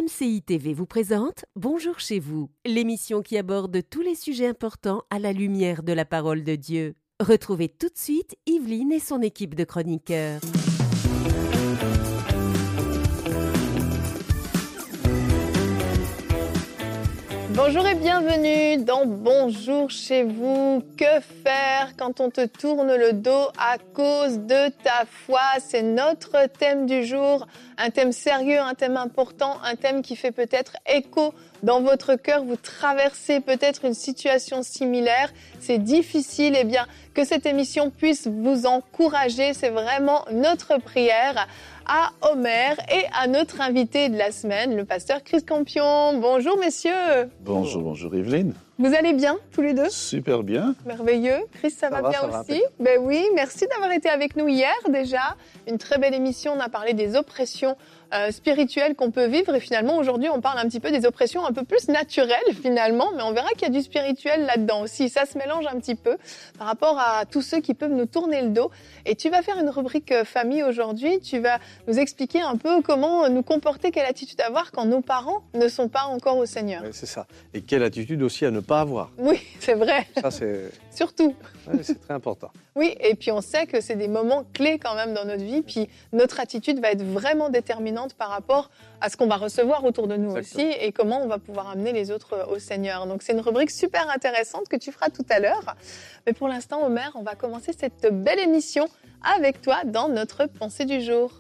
MCI TV vous présente Bonjour chez vous, l'émission qui aborde tous les sujets importants à la lumière de la parole de Dieu. Retrouvez tout de suite Yveline et son équipe de chroniqueurs. Bonjour et bienvenue dans Bonjour chez vous. Que faire quand on te tourne le dos à cause de ta foi? C'est notre thème du jour, un thème sérieux, un thème important, un thème qui fait peut-être écho dans votre cœur. Vous traversez peut-être une situation similaire, c'est difficile, eh bien que cette émission puisse vous encourager, c'est vraiment notre prière. À Omer et à notre invité de la semaine, le pasteur Chris Campion. Bonjour messieurs. Bonjour Yveline. Vous allez bien tous les deux? Super bien. Merveilleux. Chris, ça va bien aussi? Ben oui, merci d'avoir été avec nous hier déjà. Une très belle émission, on a parlé des oppressions spirituelles qu'on peut vivre et finalement aujourd'hui on parle un petit peu des oppressions un peu plus naturelles finalement, mais on verra qu'il y a du spirituel là-dedans aussi. Ça se mélange un petit peu par rapport à tous ceux qui peuvent nous tourner le dos. Et tu vas faire une rubrique famille aujourd'hui, tu vas nous expliquer un peu comment nous comporter, quelle attitude avoir quand nos parents ne sont pas encore au Seigneur. Oui, c'est ça. Et quelle attitude aussi à ne pas avoir. Oui, c'est vrai. Ça, c'est... Surtout. Oui, c'est très important. Oui, et puis on sait que c'est des moments clés quand même dans notre vie, puis notre attitude va être vraiment déterminante par rapport à ce qu'on va recevoir autour de nous. Exactement. Aussi, et comment on va pouvoir amener les autres au Seigneur. Donc c'est une rubrique super intéressante que tu feras tout à l'heure. Mais pour l'instant, Omer, on va commencer cette belle émission avec toi dans notre pensée du jour.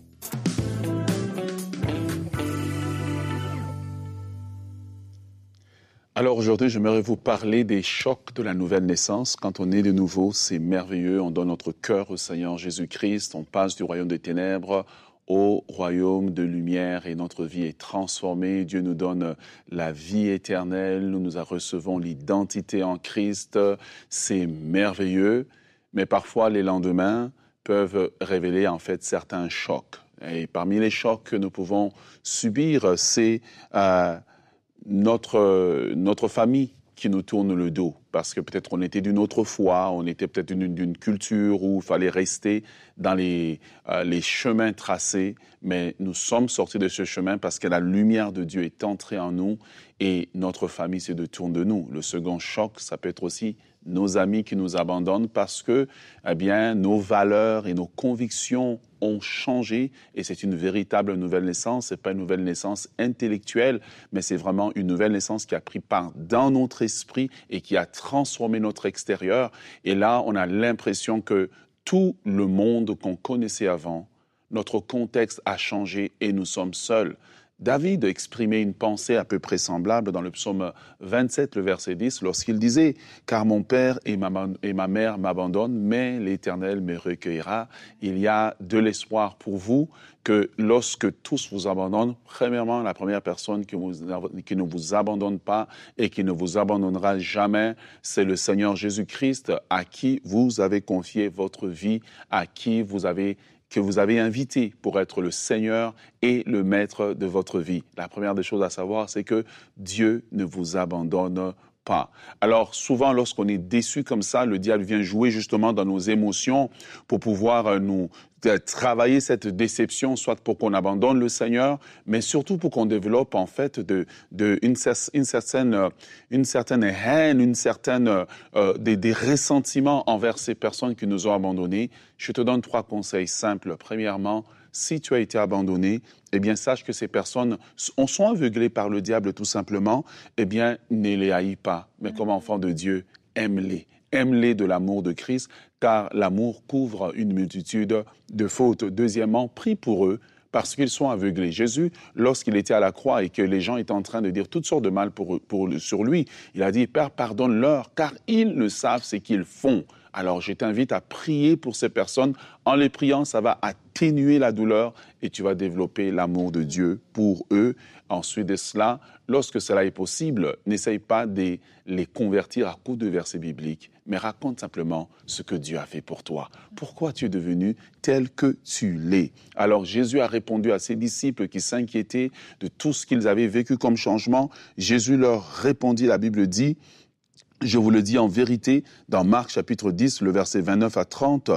Alors aujourd'hui, j'aimerais vous parler des chocs de la nouvelle naissance. Quand on est de nouveau, c'est merveilleux. On donne notre cœur au Seigneur Jésus-Christ. On passe du royaume des ténèbres au royaume de lumière et notre vie est transformée. Dieu nous donne la vie éternelle. Nous recevons l'identité en Christ. C'est merveilleux. Mais parfois, les lendemains peuvent révéler en fait certains chocs. Et parmi les chocs que nous pouvons subir, c'est notre famille qui nous tourne le dos parce que peut-être on était d'une autre foi, on était peut-être d'une culture où il fallait rester dans les chemins tracés, mais nous sommes sortis de ce chemin parce que la lumière de Dieu est entrée en nous et notre famille se détourne de nous. Le second choc, ça peut être aussi nos amis qui nous abandonnent parce que, eh bien, nos valeurs et nos convictions ont changé et c'est une véritable nouvelle naissance. C'est pas une nouvelle naissance intellectuelle, mais c'est vraiment une nouvelle naissance qui a pris part dans notre esprit et qui a transformé notre extérieur. Et là, on a l'impression que tout le monde qu'on connaissait avant, notre contexte a changé et nous sommes seuls. David exprimait une pensée à peu près semblable dans le psaume 27, le verset 10, lorsqu'il disait « Car mon père et ma mère m'abandonnent, mais l'Éternel me recueillera. » Il y a de l'espoir pour vous que lorsque tous vous abandonnent, premièrement, la première personne qui ne vous abandonne pas et qui ne vous abandonnera jamais, c'est le Seigneur Jésus-Christ à qui vous avez confié votre vie, que vous avez invité pour être le Seigneur et le maître de votre vie. La première des choses à savoir, c'est que Dieu ne vous abandonne pas. Alors souvent, lorsqu'on est déçu comme ça, le diable vient jouer justement dans nos émotions pour pouvoir nous travailler cette déception, soit pour qu'on abandonne le Seigneur, mais surtout pour qu'on développe en fait une certaine haine, des ressentiments envers ces personnes qui nous ont abandonnés. Je te donne 3 conseils simples. Premièrement, si tu as été abandonné, eh bien, sache que ces personnes sont aveuglées par le diable tout simplement. Eh bien, ne les haïs pas. Mais comme enfant de Dieu, aime-les. Aime-les de l'amour de Christ, car l'amour couvre une multitude de fautes. Deuxièmement, prie pour eux, parce qu'ils sont aveuglés. Jésus, lorsqu'il était à la croix et que les gens étaient en train de dire toutes sortes de mal sur lui, il a dit « Père, pardonne-leur, car ils ne savent ce qu'ils font ». Alors, je t'invite à prier pour ces personnes. En les priant, ça va atténuer la douleur et tu vas développer l'amour de Dieu pour eux. Ensuite de cela, lorsque cela est possible, n'essaye pas de les convertir à coups de versets bibliques, mais raconte simplement ce que Dieu a fait pour toi. Pourquoi tu es devenu tel que tu l'es. Alors, Jésus a répondu à ses disciples qui s'inquiétaient de tout ce qu'ils avaient vécu comme changement. Jésus leur répondit, la Bible dit, je vous le dis en vérité, dans Marc chapitre 10, le verset 29 à 30,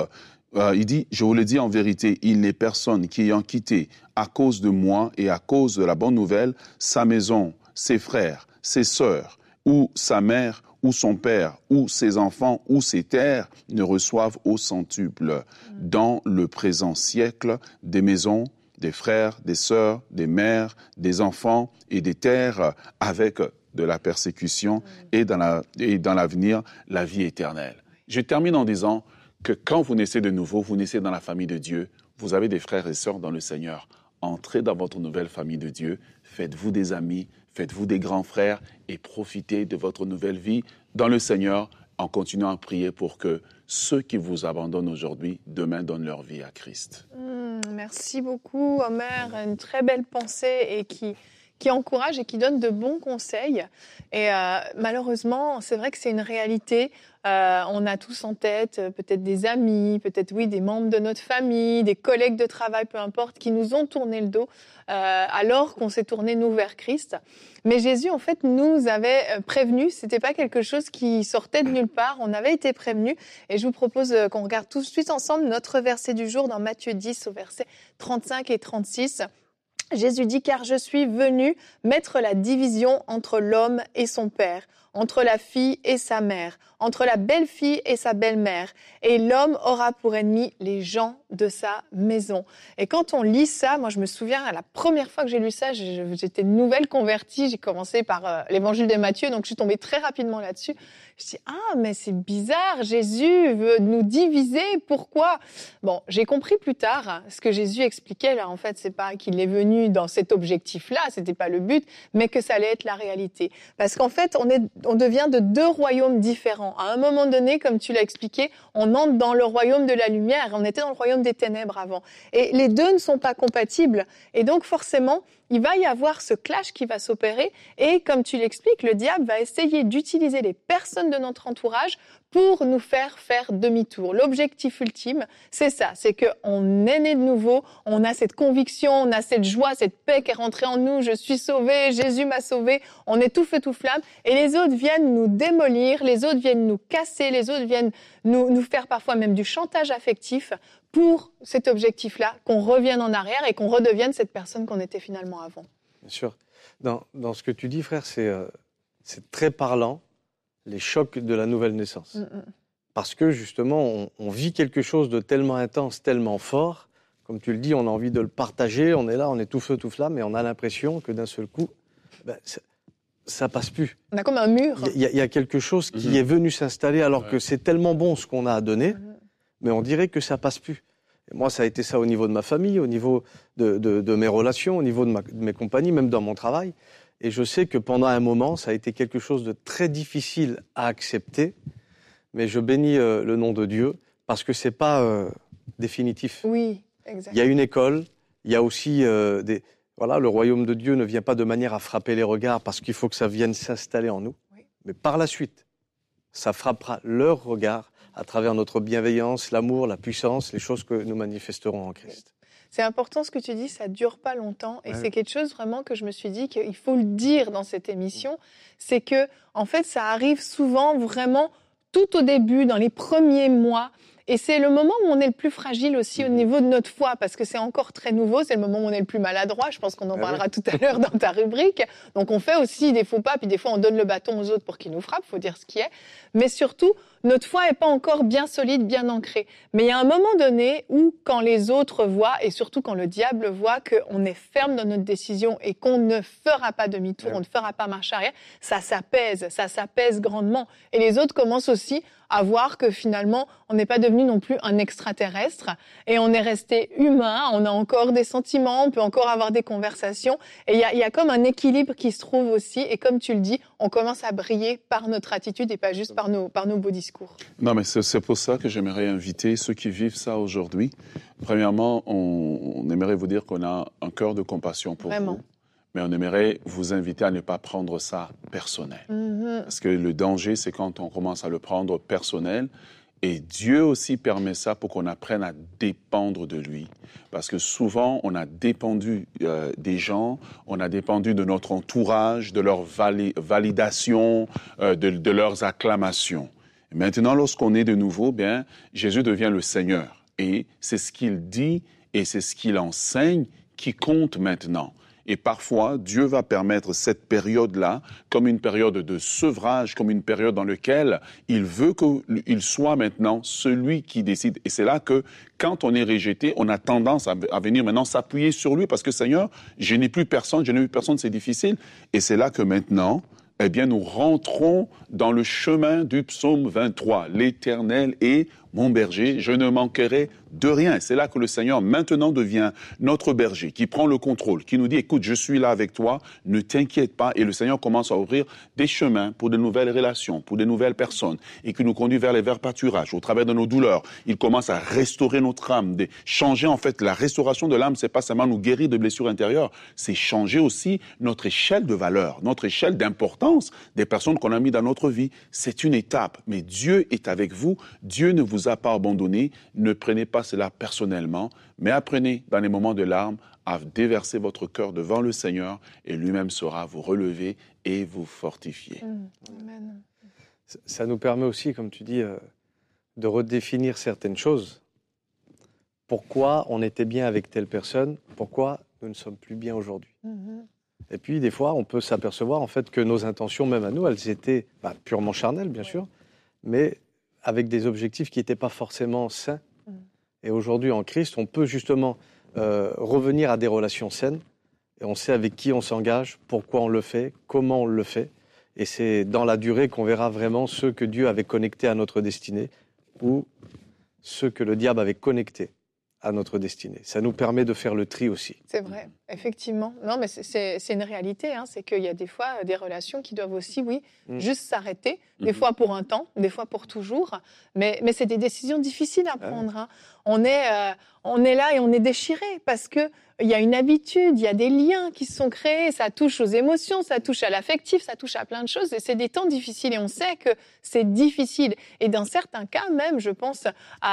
il dit, je vous le dis en vérité, il n'est personne qui ayant quitté à cause de moi et à cause de la bonne nouvelle, sa maison, ses frères, ses sœurs, ou sa mère, ou son père, ou ses enfants, ou ses terres, ne reçoivent au centuple dans le présent siècle des maisons, des frères, des sœurs, des mères, des enfants et des terres avec de la persécution et dans l'avenir, la vie éternelle. Je termine en disant que quand vous naissez de nouveau, vous naissez dans la famille de Dieu, vous avez des frères et sœurs dans le Seigneur. Entrez dans votre nouvelle famille de Dieu, faites-vous des amis, faites-vous des grands frères et profitez de votre nouvelle vie dans le Seigneur en continuant à prier pour que ceux qui vous abandonnent aujourd'hui, demain donnent leur vie à Christ. Merci beaucoup, Omer. Une très belle pensée et qui encourage et qui donne de bons conseils. Et malheureusement, c'est vrai que c'est une réalité. On a tous en tête peut-être des amis, peut-être des membres de notre famille, des collègues de travail, peu importe, qui nous ont tourné le dos alors qu'on s'est tourné nous vers Christ. Mais Jésus, en fait, nous avait prévenus. C'était pas quelque chose qui sortait de nulle part. On avait été prévenus. Et je vous propose qu'on regarde tout de suite ensemble notre verset du jour dans Matthieu 10 au verset 35 et 36. Jésus dit « Car je suis venu mettre la division entre l'homme et son père, entre la fille et sa mère, entre la belle-fille et sa belle-mère. Et l'homme aura pour ennemi les gens de sa maison. » Et quand on lit ça, moi je me souviens, la première fois que j'ai lu ça, j'étais nouvelle convertie, j'ai commencé par l'évangile de Matthieu, donc je suis tombée très rapidement là-dessus. Je dis « Ah, mais c'est bizarre, Jésus veut nous diviser, pourquoi ?» Bon, j'ai compris plus tard ce que Jésus expliquait là, en fait, c'est pas qu'il est venu dans cet objectif-là, c'était pas le but, mais que ça allait être la réalité. Parce qu'en fait, on devient de deux royaumes différents. À un moment donné, comme tu l'as expliqué, on entre dans le royaume de la lumière, on était dans le royaume des ténèbres avant. Et les deux ne sont pas compatibles. Et donc, forcément, il va y avoir ce clash qui va s'opérer. Et comme tu l'expliques, le diable va essayer d'utiliser les personnes de notre entourage pour nous faire demi-tour. L'objectif ultime, c'est ça, c'est qu'on est né de nouveau, on a cette conviction, on a cette joie, cette paix qui est rentrée en nous, je suis sauvé, Jésus m'a sauvé, on est tout feu, tout flamme, et les autres viennent nous démolir, les autres viennent nous casser, les autres viennent nous faire parfois même du chantage affectif pour cet objectif-là, qu'on revienne en arrière et qu'on redevienne cette personne qu'on était finalement avant. Bien sûr. Dans ce que tu dis, frère, c'est très parlant. Les chocs de la nouvelle naissance. Parce que justement, on vit quelque chose de tellement intense, tellement fort, comme tu le dis, on a envie de le partager, on est là, on est tout feu, tout flamme, et on a l'impression que d'un seul coup, ça passe plus. On a comme un mur. Il y a quelque chose qui est venu s'installer alors que c'est tellement bon ce qu'on a à donner, mais on dirait que ça passe plus. Et moi, ça a été ça au niveau de ma famille, au niveau de mes relations, au niveau de mes compagnies, même dans mon travail. Et je sais que pendant un moment, ça a été quelque chose de très difficile à accepter. Mais je bénis le nom de Dieu parce que c'est pas définitif. Oui, exactement. Il y a une école, il y a aussi le royaume de Dieu ne vient pas de manière à frapper les regards parce qu'il faut que ça vienne s'installer en nous. Oui. Mais par la suite, ça frappera leur regard à travers notre bienveillance, l'amour, la puissance, les choses que nous manifesterons en Christ. C'est important ce que tu dis, ça ne dure pas longtemps. Et c'est quelque chose vraiment que je me suis dit qu'il faut le dire dans cette émission. C'est que, en fait, ça arrive souvent vraiment tout au début, dans les premiers mois. Et c'est le moment où on est le plus fragile aussi au niveau de notre foi, parce que c'est encore très nouveau, c'est le moment où on est le plus maladroit, je pense qu'on en parlera tout à l'heure dans ta rubrique. Donc on fait aussi des faux pas, puis des fois on donne le bâton aux autres pour qu'ils nous frappent, il faut dire ce qui est. Mais surtout, notre foi n'est pas encore bien solide, bien ancrée. Mais il y a un moment donné où, quand les autres voient, et surtout quand le diable voit qu'on est ferme dans notre décision et qu'on ne fera pas demi-tour, on ne fera pas marche arrière, ça s'apaise grandement. Et les autres commencent aussi à voir que finalement, on n'est pas devenu non plus un extraterrestre et on est resté humain, on a encore des sentiments, on peut encore avoir des conversations. Et il y a comme un équilibre qui se trouve aussi. Et comme tu le dis, on commence à briller par notre attitude et pas juste par nos beaux discours. Non, mais c'est pour ça que j'aimerais inviter ceux qui vivent ça aujourd'hui. Premièrement, on aimerait vous dire qu'on a un cœur de compassion pour vous. Mais on aimerait vous inviter à ne pas prendre ça personnel. Parce que le danger, c'est quand on commence à le prendre personnel. Et Dieu aussi permet ça pour qu'on apprenne à dépendre de lui. Parce que souvent, on a dépendu des gens, on a dépendu de notre entourage, de leur validation, de leurs acclamations. Et maintenant, lorsqu'on est de nouveau, bien, Jésus devient le Seigneur Et c'est ce qu'il dit et c'est ce qu'il enseigne qui compte maintenant. Et parfois, Dieu va permettre cette période-là comme une période de sevrage, comme une période dans laquelle il veut qu'il soit maintenant celui qui décide. Et c'est là que, quand on est rejeté, on a tendance à venir maintenant s'appuyer sur lui parce que, Seigneur, je n'ai plus personne, c'est difficile. Et c'est là que maintenant, eh bien, nous rentrons dans le chemin du psaume 23. L'Éternel est mon berger, je ne manquerai de rien. C'est là que le Seigneur maintenant devient notre berger, qui prend le contrôle, qui nous dit, écoute, je suis là avec toi, ne t'inquiète pas. Et le Seigneur commence à ouvrir des chemins pour de nouvelles relations, pour de nouvelles personnes, et qui nous conduit vers les verts pâturages, au travers de nos douleurs. Il commence à restaurer notre âme, changer en fait la restauration de l'âme, c'est pas seulement nous guérir de blessures intérieures, c'est changer aussi notre échelle de valeur, notre échelle d'importance des personnes qu'on a mis dans notre vie. C'est une étape, mais Dieu est avec vous, Dieu ne vous a pas abandonné, ne prenez pas cela personnellement, mais apprenez dans les moments de larmes à déverser votre cœur devant le Seigneur et lui-même saura vous relever et vous fortifier. Amen. Ça nous permet aussi, comme tu dis, de redéfinir certaines choses. Pourquoi on était bien avec telle personne, pourquoi nous ne sommes plus bien aujourd'hui. Et puis, des fois, on peut s'apercevoir en fait que nos intentions, même à nous, elles étaient purement charnelles, bien sûr, mais avec des objectifs qui n'étaient pas forcément sains. Et aujourd'hui, en Christ, on peut justement revenir à des relations saines. Et on sait avec qui on s'engage, pourquoi on le fait, comment on le fait. Et c'est dans la durée qu'on verra vraiment ceux que Dieu avait connectés à notre destinée ou ceux que le diable avait connectés à notre destinée. Ça nous permet de faire le tri aussi. C'est vrai, effectivement. Non, mais c'est une réalité. C'est qu'il y a des fois des relations qui doivent aussi, juste s'arrêter. Des fois pour un temps, des fois pour toujours. Mais c'est des décisions difficiles à prendre. On est là et on est déchiré parce que il y a une habitude, il y a des liens qui se sont créés. Ça touche aux émotions, ça touche à l'affectif, ça touche à plein de choses. Et c'est des temps difficiles et on sait que c'est difficile. Et dans certains cas même, je pense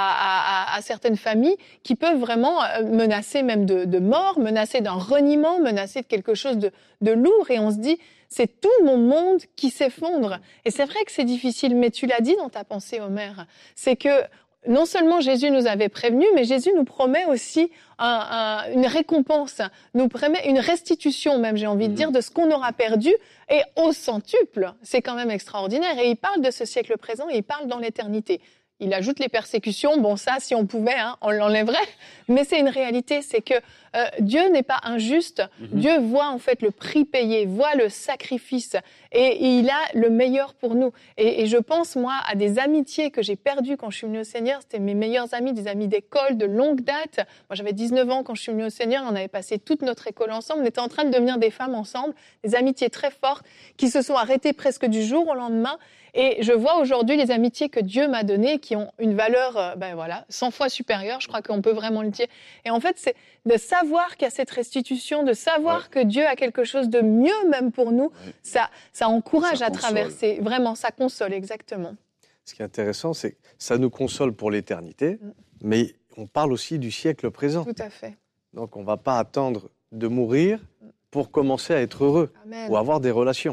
à certaines familles qui peuvent vraiment menacer même de mort, menacer d'un reniement, menacer de quelque chose de lourd. Et on se dit, c'est tout mon monde qui s'effondre. Et c'est vrai que c'est difficile, mais tu l'as dit dans ta pensée, Omer, c'est que non seulement Jésus nous avait prévenus, mais Jésus nous promet aussi une récompense, nous promet une restitution même, j'ai envie de dire, de ce qu'on aura perdu, et au centuple. C'est quand même extraordinaire. Et il parle de ce siècle présent et il parle dans l'éternité. Il ajoute les persécutions. Bon, ça, si on pouvait, on l'enlèverait. Mais c'est une réalité, c'est que Dieu n'est pas injuste. Dieu voit en fait le prix payé, voit le sacrifice, et il a le meilleur pour nous. Et je pense, moi, à des amitiés que j'ai perdues quand je suis venue au Seigneur. C'était mes meilleurs amis, des amis d'école de longue date. Moi, j'avais 19 ans quand je suis venue au Seigneur. On avait passé toute notre école ensemble. On était en train de devenir des femmes ensemble. Des amitiés très fortes qui se sont arrêtées presque du jour au lendemain. Et je vois aujourd'hui les amitiés que Dieu m'a données qui ont une valeur 100 fois supérieure, je crois qu'on peut vraiment le dire. Et en fait, c'est de savoir qu'il y a cette restitution, de savoir que Dieu a quelque chose de mieux même pour nous, ça encourage à traverser. Vraiment, ça console, exactement. Ce qui est intéressant, c'est que ça nous console pour l'éternité, mais on parle aussi du siècle présent. Tout à fait. Donc on ne va pas attendre de mourir pour commencer à être heureux. Amen. Ou avoir des relations.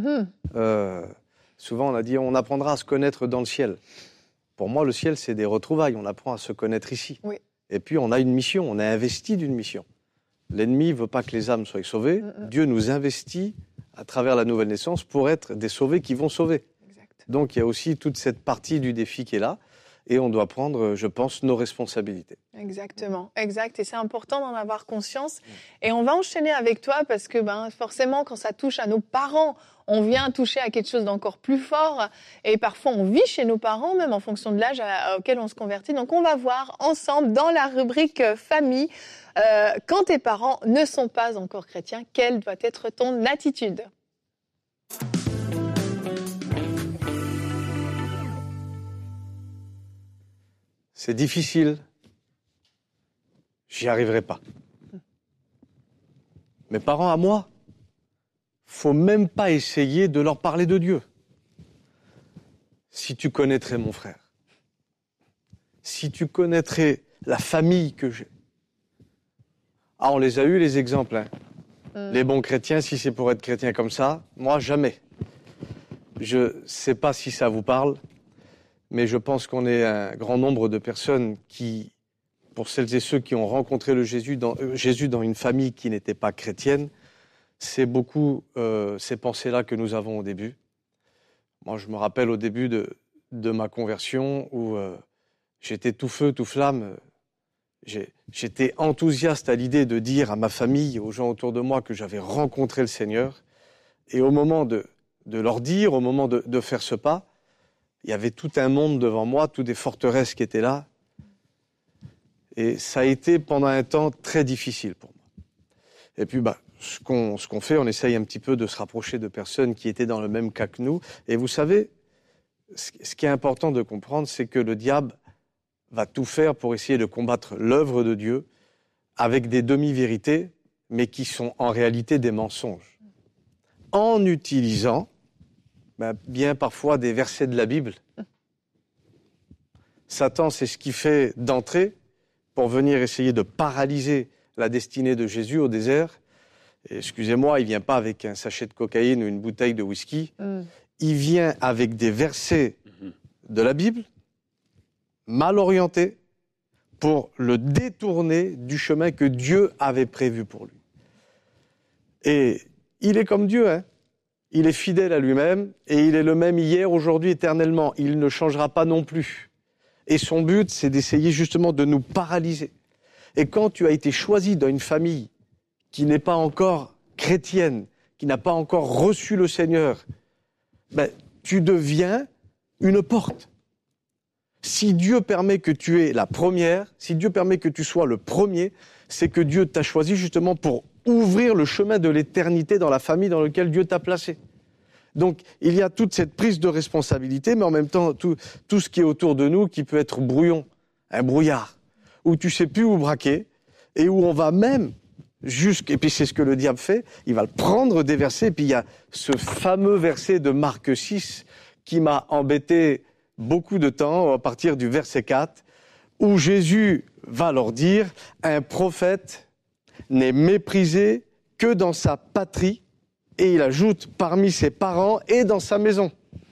Souvent, on a dit, on apprendra à se connaître dans le ciel. Pour moi, le ciel, c'est des retrouvailles. On apprend à se connaître ici. Oui. Et puis, on a une mission. On est investi d'une mission. L'ennemi ne veut pas que les âmes soient sauvées. Dieu nous investit à travers la nouvelle naissance pour être des sauvés qui vont sauver. Exact. Donc, il y a aussi toute cette partie du défi qui est là. Et on doit prendre, je pense, nos responsabilités. Exactement, exact. Et c'est important d'en avoir conscience. Et on va enchaîner avec toi parce que forcément, quand ça touche à nos parents, on vient toucher à quelque chose d'encore plus fort. Et parfois, on vit chez nos parents, même en fonction de l'âge auquel on se convertit. Donc, on va voir ensemble dans la rubrique famille, quand tes parents ne sont pas encore chrétiens, quelle doit être ton attitude ? C'est difficile. J'y arriverai pas. Mes parents à moi, faut même pas essayer de leur parler de Dieu. Si tu connaîtrais mon frère, si tu connaîtrais la famille que j'ai. On les a eus les exemples. Les bons chrétiens, si c'est pour être chrétien comme ça, moi jamais. Je sais pas si ça vous parle. Mais je pense qu'on est un grand nombre de personnes qui pour celles et ceux qui ont rencontré Jésus dans une famille qui n'était pas chrétienne, c'est beaucoup ces pensées-là que nous avons au début. Moi, je me rappelle au début de ma conversion où j'étais tout feu, tout flamme. J'étais enthousiaste à l'idée de dire à ma famille, aux gens autour de moi que j'avais rencontré le Seigneur. Et au moment de leur dire, au moment de faire ce pas, il y avait tout un monde devant moi, toutes des forteresses qui étaient là. Et ça a été pendant un temps très difficile pour moi. Et puis, ce qu'on fait, on essaye un petit peu de se rapprocher de personnes qui étaient dans le même cas que nous. Et vous savez, ce qui est important de comprendre, c'est que le diable va tout faire pour essayer de combattre l'œuvre de Dieu avec des demi-vérités, mais qui sont en réalité des mensonges. En utilisant bien parfois des versets de la Bible. Satan, c'est ce qu'il fait d'entrée pour venir essayer de paralyser la destinée de Jésus au désert. Et excusez-moi, il ne vient pas avec un sachet de cocaïne ou une bouteille de whisky. Il vient avec des versets de la Bible, mal orientés, pour le détourner du chemin que Dieu avait prévu pour lui. Et il est comme Dieu, hein. Il est fidèle à lui-même et il est le même hier, aujourd'hui, éternellement. Il ne changera pas non plus. Et son but, c'est d'essayer justement de nous paralyser. Et quand tu as été choisi dans une famille qui n'est pas encore chrétienne, qui n'a pas encore reçu le Seigneur, tu deviens une porte. Si Dieu permet que tu aies la première, si Dieu permet que tu sois le premier, c'est que Dieu t'a choisi justement pour ouvrir le chemin de l'éternité dans la famille dans laquelle Dieu t'a placé. Donc, il y a toute cette prise de responsabilité, mais en même temps, tout ce qui est autour de nous qui peut être brouillon, un brouillard, où tu sais plus où braquer, et où on va même et puis c'est ce que le diable fait, il va prendre des versets, et puis il y a ce fameux verset de Marc 6 qui m'a embêté beaucoup de temps, à partir du verset 4, où Jésus va leur dire « Un prophète n'est méprisé que dans sa patrie, et il ajoute parmi ses parents et dans sa maison. »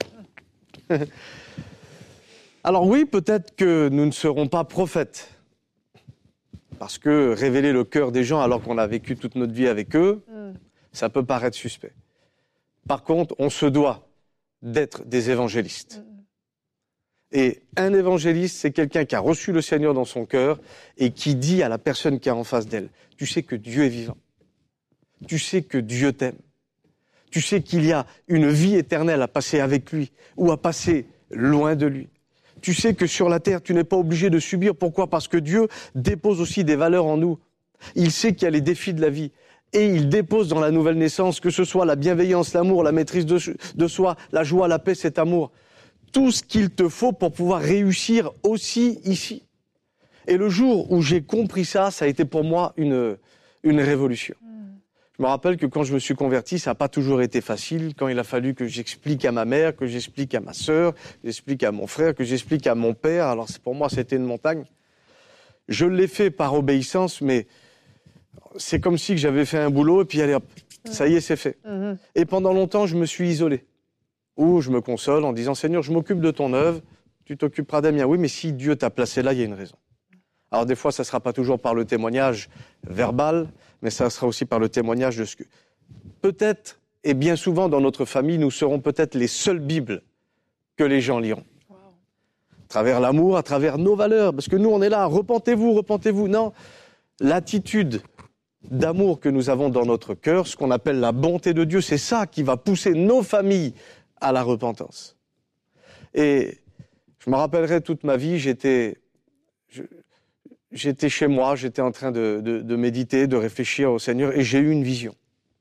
Alors oui, peut-être que nous ne serons pas prophètes, parce que révéler le cœur des gens alors qu'on a vécu toute notre vie avec eux, ça peut paraître suspect. Par contre, on se doit d'être des évangélistes. Et un évangéliste, c'est quelqu'un qui a reçu le Seigneur dans son cœur et qui dit à la personne qui est en face d'elle, tu sais que Dieu est vivant, tu sais que Dieu t'aime, tu sais qu'il y a une vie éternelle à passer avec lui ou à passer loin de lui. Tu sais que sur la terre, tu n'es pas obligé de subir. Pourquoi ? Parce que Dieu dépose aussi des valeurs en nous. Il sait qu'il y a les défis de la vie. Et il dépose dans la nouvelle naissance, que ce soit la bienveillance, l'amour, la maîtrise de soi, la joie, la paix, cet amour. Tout ce qu'il te faut pour pouvoir réussir aussi ici. Et le jour où j'ai compris ça, ça a été pour moi une révolution. Je me rappelle que quand je me suis converti, ça n'a pas toujours été facile. Quand il a fallu que j'explique à ma mère, que j'explique à ma sœur, que j'explique à mon frère, que j'explique à mon père. Alors pour moi, c'était une montagne. Je l'ai fait par obéissance, mais c'est comme si j'avais fait un boulot et puis allez hop, ça y est, c'est fait. Et pendant longtemps, je me suis isolé. Ou je me console en disant, Seigneur, je m'occupe de ton œuvre, tu t'occuperas des miens. Oui, mais si Dieu t'a placé là, il y a une raison. Alors des fois, ça ne sera pas toujours par le témoignage verbal, mais ça sera aussi par le témoignage de ce que... Peut-être, et bien souvent dans notre famille, nous serons peut-être les seules Bibles que les gens liront. Wow. À travers l'amour, à travers nos valeurs. Parce que nous, on est là, repentez-vous, repentez-vous. Non, l'attitude d'amour que nous avons dans notre cœur, ce qu'on appelle la bonté de Dieu, c'est ça qui va pousser nos familles à la repentance. Et je me rappellerai toute ma vie, j'étais chez moi, j'étais en train de méditer, de réfléchir au Seigneur, et j'ai eu une vision.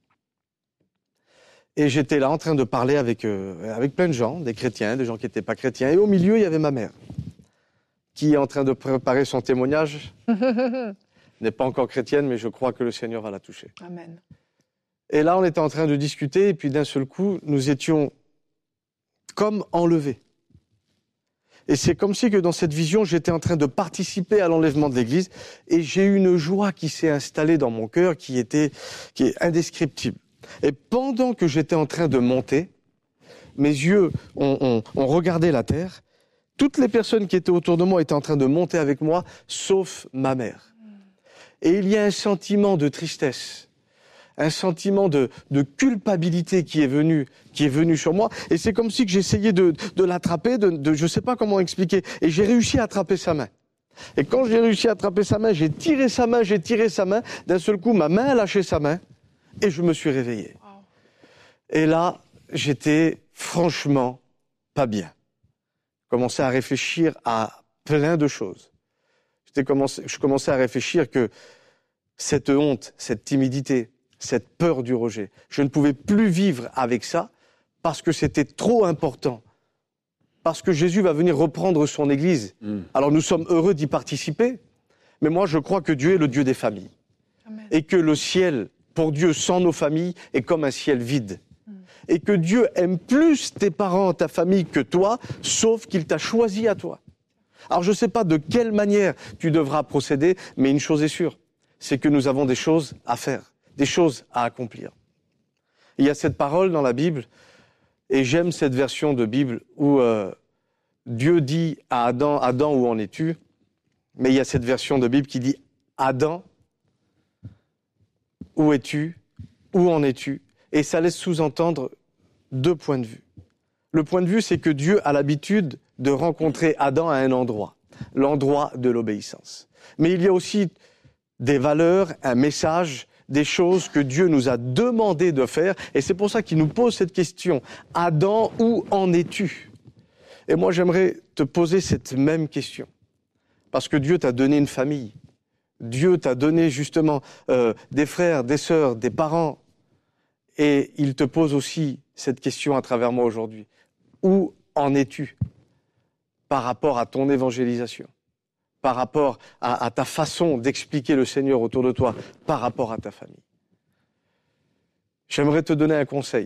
Et j'étais là en train de parler avec plein de gens, des chrétiens, des gens qui n'étaient pas chrétiens, et au milieu, il y avait ma mère, qui est en train de préparer son témoignage. N'est pas encore chrétienne, mais je crois que le Seigneur va la toucher. Amen. Et là, on était en train de discuter, et puis d'un seul coup, nous étions comme enlevés. Et c'est comme si que dans cette vision, j'étais en train de participer à l'enlèvement de l'Église, et j'ai eu une joie qui s'est installée dans mon cœur, qui est indescriptible. Et pendant que j'étais en train de monter, mes yeux ont regardé la terre, toutes les personnes qui étaient autour de moi étaient en train de monter avec moi, sauf ma mère. Et il y a un sentiment de tristesse, un sentiment de culpabilité qui est venu sur moi. Et c'est comme si que j'essayais de l'attraper, je ne sais pas comment expliquer. Et j'ai réussi à attraper sa main. Et quand j'ai réussi à attraper sa main, j'ai tiré sa main. D'un seul coup, ma main a lâché sa main et je me suis réveillé. Wow. Et là, j'étais franchement pas bien. Je commençais à réfléchir à plein de choses. Je commençais à réfléchir que cette honte, cette timidité, cette peur du rejet, je ne pouvais plus vivre avec ça parce que c'était trop important. Parce que Jésus va venir reprendre son Église. Alors nous sommes heureux d'y participer, mais moi je crois que Dieu est le Dieu des familles. Amen. Et que le ciel, pour Dieu, sans nos familles, est comme un ciel vide. Et que Dieu aime plus tes parents, ta famille que toi, sauf qu'il t'a choisi à toi. Alors je ne sais pas de quelle manière tu devras procéder, mais une chose est sûre, c'est que nous avons des choses à faire, des choses à accomplir. Il y a cette parole dans la Bible, et j'aime cette version de Bible où Dieu dit à Adam, « Adam, où en es-tu » Mais il y a cette version de Bible qui dit « Adam, où es-tu ? Où en es-tu » Et ça laisse sous-entendre deux points de vue. Le point de vue, c'est que Dieu a l'habitude de rencontrer Adam à un endroit, l'endroit de l'obéissance. Mais il y a aussi des valeurs, un message, des choses que Dieu nous a demandé de faire. Et c'est pour ça qu'il nous pose cette question. Adam, où en es-tu ? Et moi, j'aimerais te poser cette même question. Parce que Dieu t'a donné une famille. Dieu t'a donné justement des frères, des sœurs, des parents. Et il te pose aussi cette question à travers moi aujourd'hui. Où en es-tu par rapport à ton évangélisation ? Par rapport à ta façon d'expliquer le Seigneur autour de toi, par rapport à ta famille. J'aimerais te donner un conseil.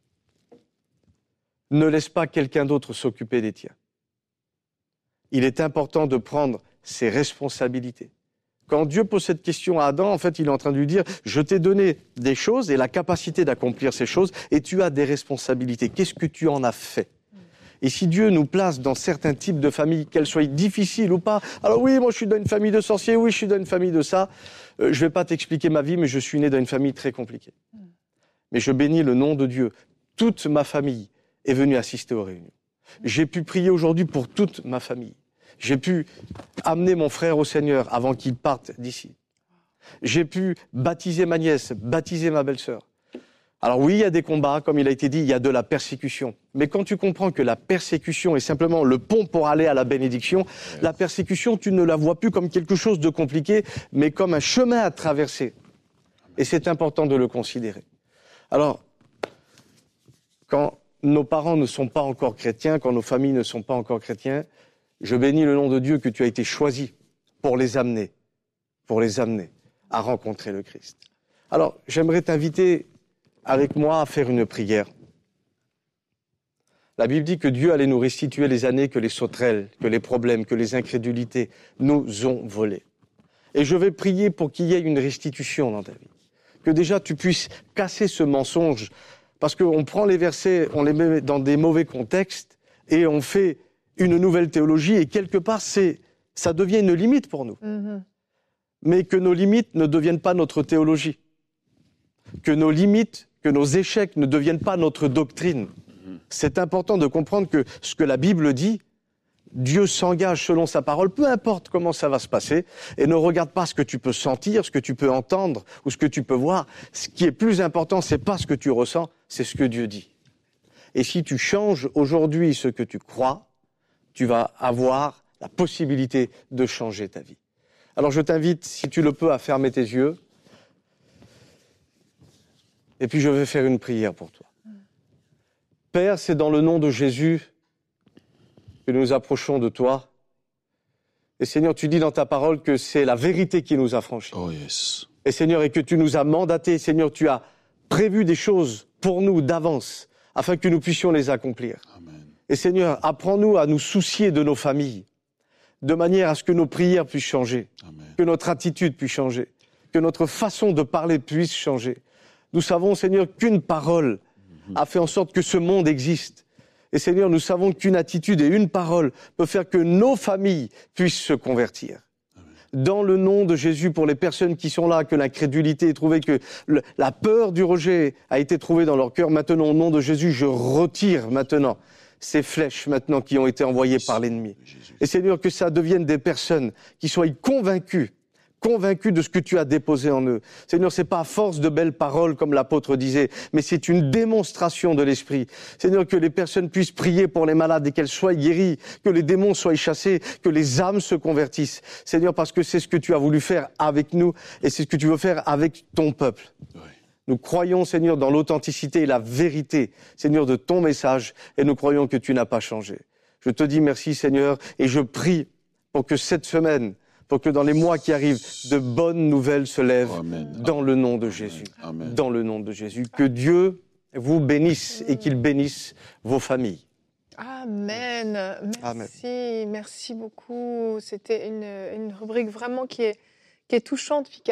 Ne laisse pas quelqu'un d'autre s'occuper des tiens. Il est important de prendre ses responsabilités. Quand Dieu pose cette question à Adam, en fait, il est en train de lui dire « Je t'ai donné des choses et la capacité d'accomplir ces choses et tu as des responsabilités. Qu'est-ce que tu en as fait ?» Et si Dieu nous place dans certains types de familles, qu'elles soient difficiles ou pas, alors oui, moi je suis dans une famille de sorciers, oui, je suis dans une famille de ça, je ne vais pas t'expliquer ma vie, mais je suis né dans une famille très compliquée. Mais je bénis le nom de Dieu. Toute ma famille est venue assister aux réunions. J'ai pu prier aujourd'hui pour toute ma famille. J'ai pu amener mon frère au Seigneur avant qu'il parte d'ici. J'ai pu baptiser ma nièce, baptiser ma belle-sœur. Alors oui, il y a des combats, comme il a été dit, il y a de la persécution. Mais quand tu comprends que la persécution est simplement le pont pour aller à la bénédiction, la persécution, tu ne la vois plus comme quelque chose de compliqué, mais comme un chemin à traverser. Et c'est important de le considérer. Alors, quand nos parents ne sont pas encore chrétiens, quand nos familles ne sont pas encore chrétiens, je bénis le nom de Dieu que tu as été choisi pour les amener à rencontrer le Christ. Alors, j'aimerais t'inviter avec moi à faire une prière. La Bible dit que Dieu allait nous restituer les années que les sauterelles, que les problèmes, que les incrédulités nous ont volées. Et je vais prier pour qu'il y ait une restitution dans ta vie. Que déjà tu puisses casser ce mensonge, parce qu'on prend les versets, on les met dans des mauvais contextes et on fait une nouvelle théologie et quelque part ça devient une limite pour nous. Mais que nos limites ne deviennent pas notre théologie. Que nos limites, que nos échecs ne deviennent pas notre doctrine. C'est important de comprendre que ce que la Bible dit, Dieu s'engage selon sa parole, peu importe comment ça va se passer, et ne regarde pas ce que tu peux sentir, ce que tu peux entendre ou ce que tu peux voir. Ce qui est plus important, c'est pas ce que tu ressens, c'est ce que Dieu dit. Et si tu changes aujourd'hui ce que tu crois, tu vas avoir la possibilité de changer ta vie. Alors je t'invite, si tu le peux, à fermer tes yeux. Et puis je vais faire une prière pour toi. Père, c'est dans le nom de Jésus que nous approchons de toi. Et Seigneur, tu dis dans ta parole que c'est la vérité qui nous a franchis. Oh yes. Et Seigneur, et que tu nous as mandatés, Seigneur, tu as prévu des choses pour nous d'avance, afin que nous puissions les accomplir. Amen. Et Seigneur, apprends-nous à nous soucier de nos familles, de manière à ce que nos prières puissent changer, Amen. Que notre attitude puisse changer, que notre façon de parler puisse changer. Nous savons, Seigneur, qu'une parole a fait en sorte que ce monde existe. Et Seigneur, nous savons qu'une attitude et une parole peut faire que nos familles puissent se convertir. Dans le nom de Jésus, pour les personnes qui sont là, que l'incrédulité est trouvée, que la peur du rejet a été trouvée dans leur cœur, maintenant, au nom de Jésus, je retire maintenant ces flèches maintenant qui ont été envoyées par l'ennemi. Et Seigneur, que ça devienne des personnes qui soient convaincues de ce que tu as déposé en eux. Seigneur, c'est pas à force de belles paroles comme l'apôtre disait, mais c'est une démonstration de l'Esprit. Seigneur, que les personnes puissent prier pour les malades et qu'elles soient guéries, que les démons soient chassés, que les âmes se convertissent. Seigneur, parce que c'est ce que tu as voulu faire avec nous et c'est ce que tu veux faire avec ton peuple. Oui. Nous croyons, Seigneur, dans l'authenticité et la vérité, Seigneur, de ton message et nous croyons que tu n'as pas changé. Je te dis merci, Seigneur, et je prie pour que cette semaine, pour que dans les mois qui arrivent, de bonnes nouvelles se lèvent dans le nom de Jésus. Amen. Dans le nom de Jésus. Que Dieu vous bénisse et qu'il bénisse vos familles. Amen. Merci. Amen. Merci beaucoup. C'était une rubrique vraiment qui est touchante puis qui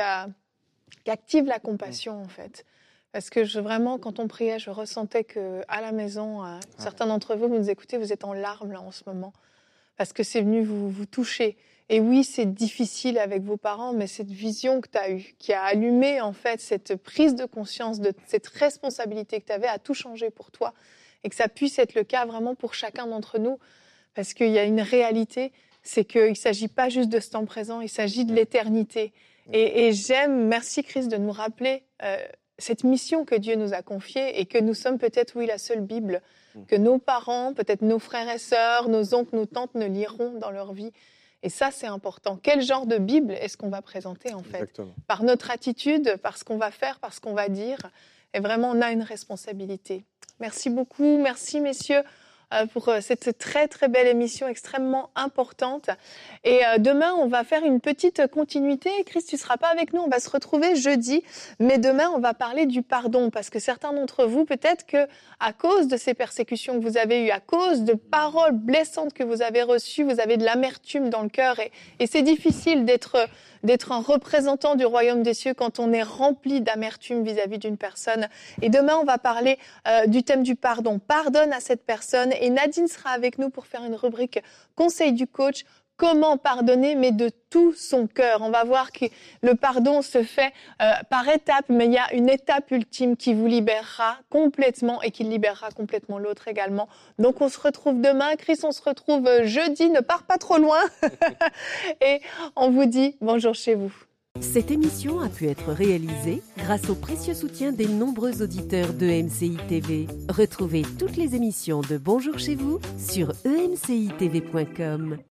active la compassion en fait. Parce que vraiment, quand on priait, je ressentais qu'à la maison, certains d'entre vous nous écoutez, vous êtes en larmes là en ce moment. Parce que c'est venu vous toucher. Et oui, c'est difficile avec vos parents, mais cette vision que tu as eue, qui a allumé en fait cette prise de conscience de cette responsabilité que tu avais, a tout changé pour toi. Et que ça puisse être le cas vraiment pour chacun d'entre nous. Parce qu'il y a une réalité, c'est qu'il ne s'agit pas juste de ce temps présent, il s'agit de l'éternité. Et j'aime, merci Christ, de nous rappeler cette mission que Dieu nous a confiée et que nous sommes peut-être, oui, la seule Bible que nos parents, peut-être nos frères et sœurs, nos oncles, nos tantes ne liront dans leur vie. Et ça, c'est important. Quel genre de Bible est-ce qu'on va présenter, en fait ? Exactement. Par notre attitude, par ce qu'on va faire, par ce qu'on va dire. Et vraiment, on a une responsabilité. Merci beaucoup. Merci, messieurs, pour cette très, très belle émission extrêmement importante. Et demain, on va faire une petite continuité. Chris, tu ne seras pas avec nous. On va se retrouver jeudi. Mais demain, on va parler du pardon. Parce que certains d'entre vous, peut-être qu'à cause de ces persécutions que vous avez eues, à cause de paroles blessantes que vous avez reçues, vous avez de l'amertume dans le cœur. Et c'est difficile d'être un représentant du royaume des cieux quand on est rempli d'amertume vis-à-vis d'une personne. Et demain, on va parler du thème du pardon. Pardonne à cette personne. Et Nadine sera avec nous pour faire une rubrique Conseil du coach. Comment pardonner, mais de tout son cœur. On va voir que le pardon se fait par étapes, mais il y a une étape ultime qui vous libérera complètement et qui libérera complètement l'autre également. Donc on se retrouve demain. Chris, on se retrouve jeudi. Ne pars pas trop loin. Et on vous dit bonjour chez vous. Cette émission a pu être réalisée grâce au précieux soutien des nombreux auditeurs de MCI TV. Retrouvez toutes les émissions de Bonjour chez vous sur emcitv.com.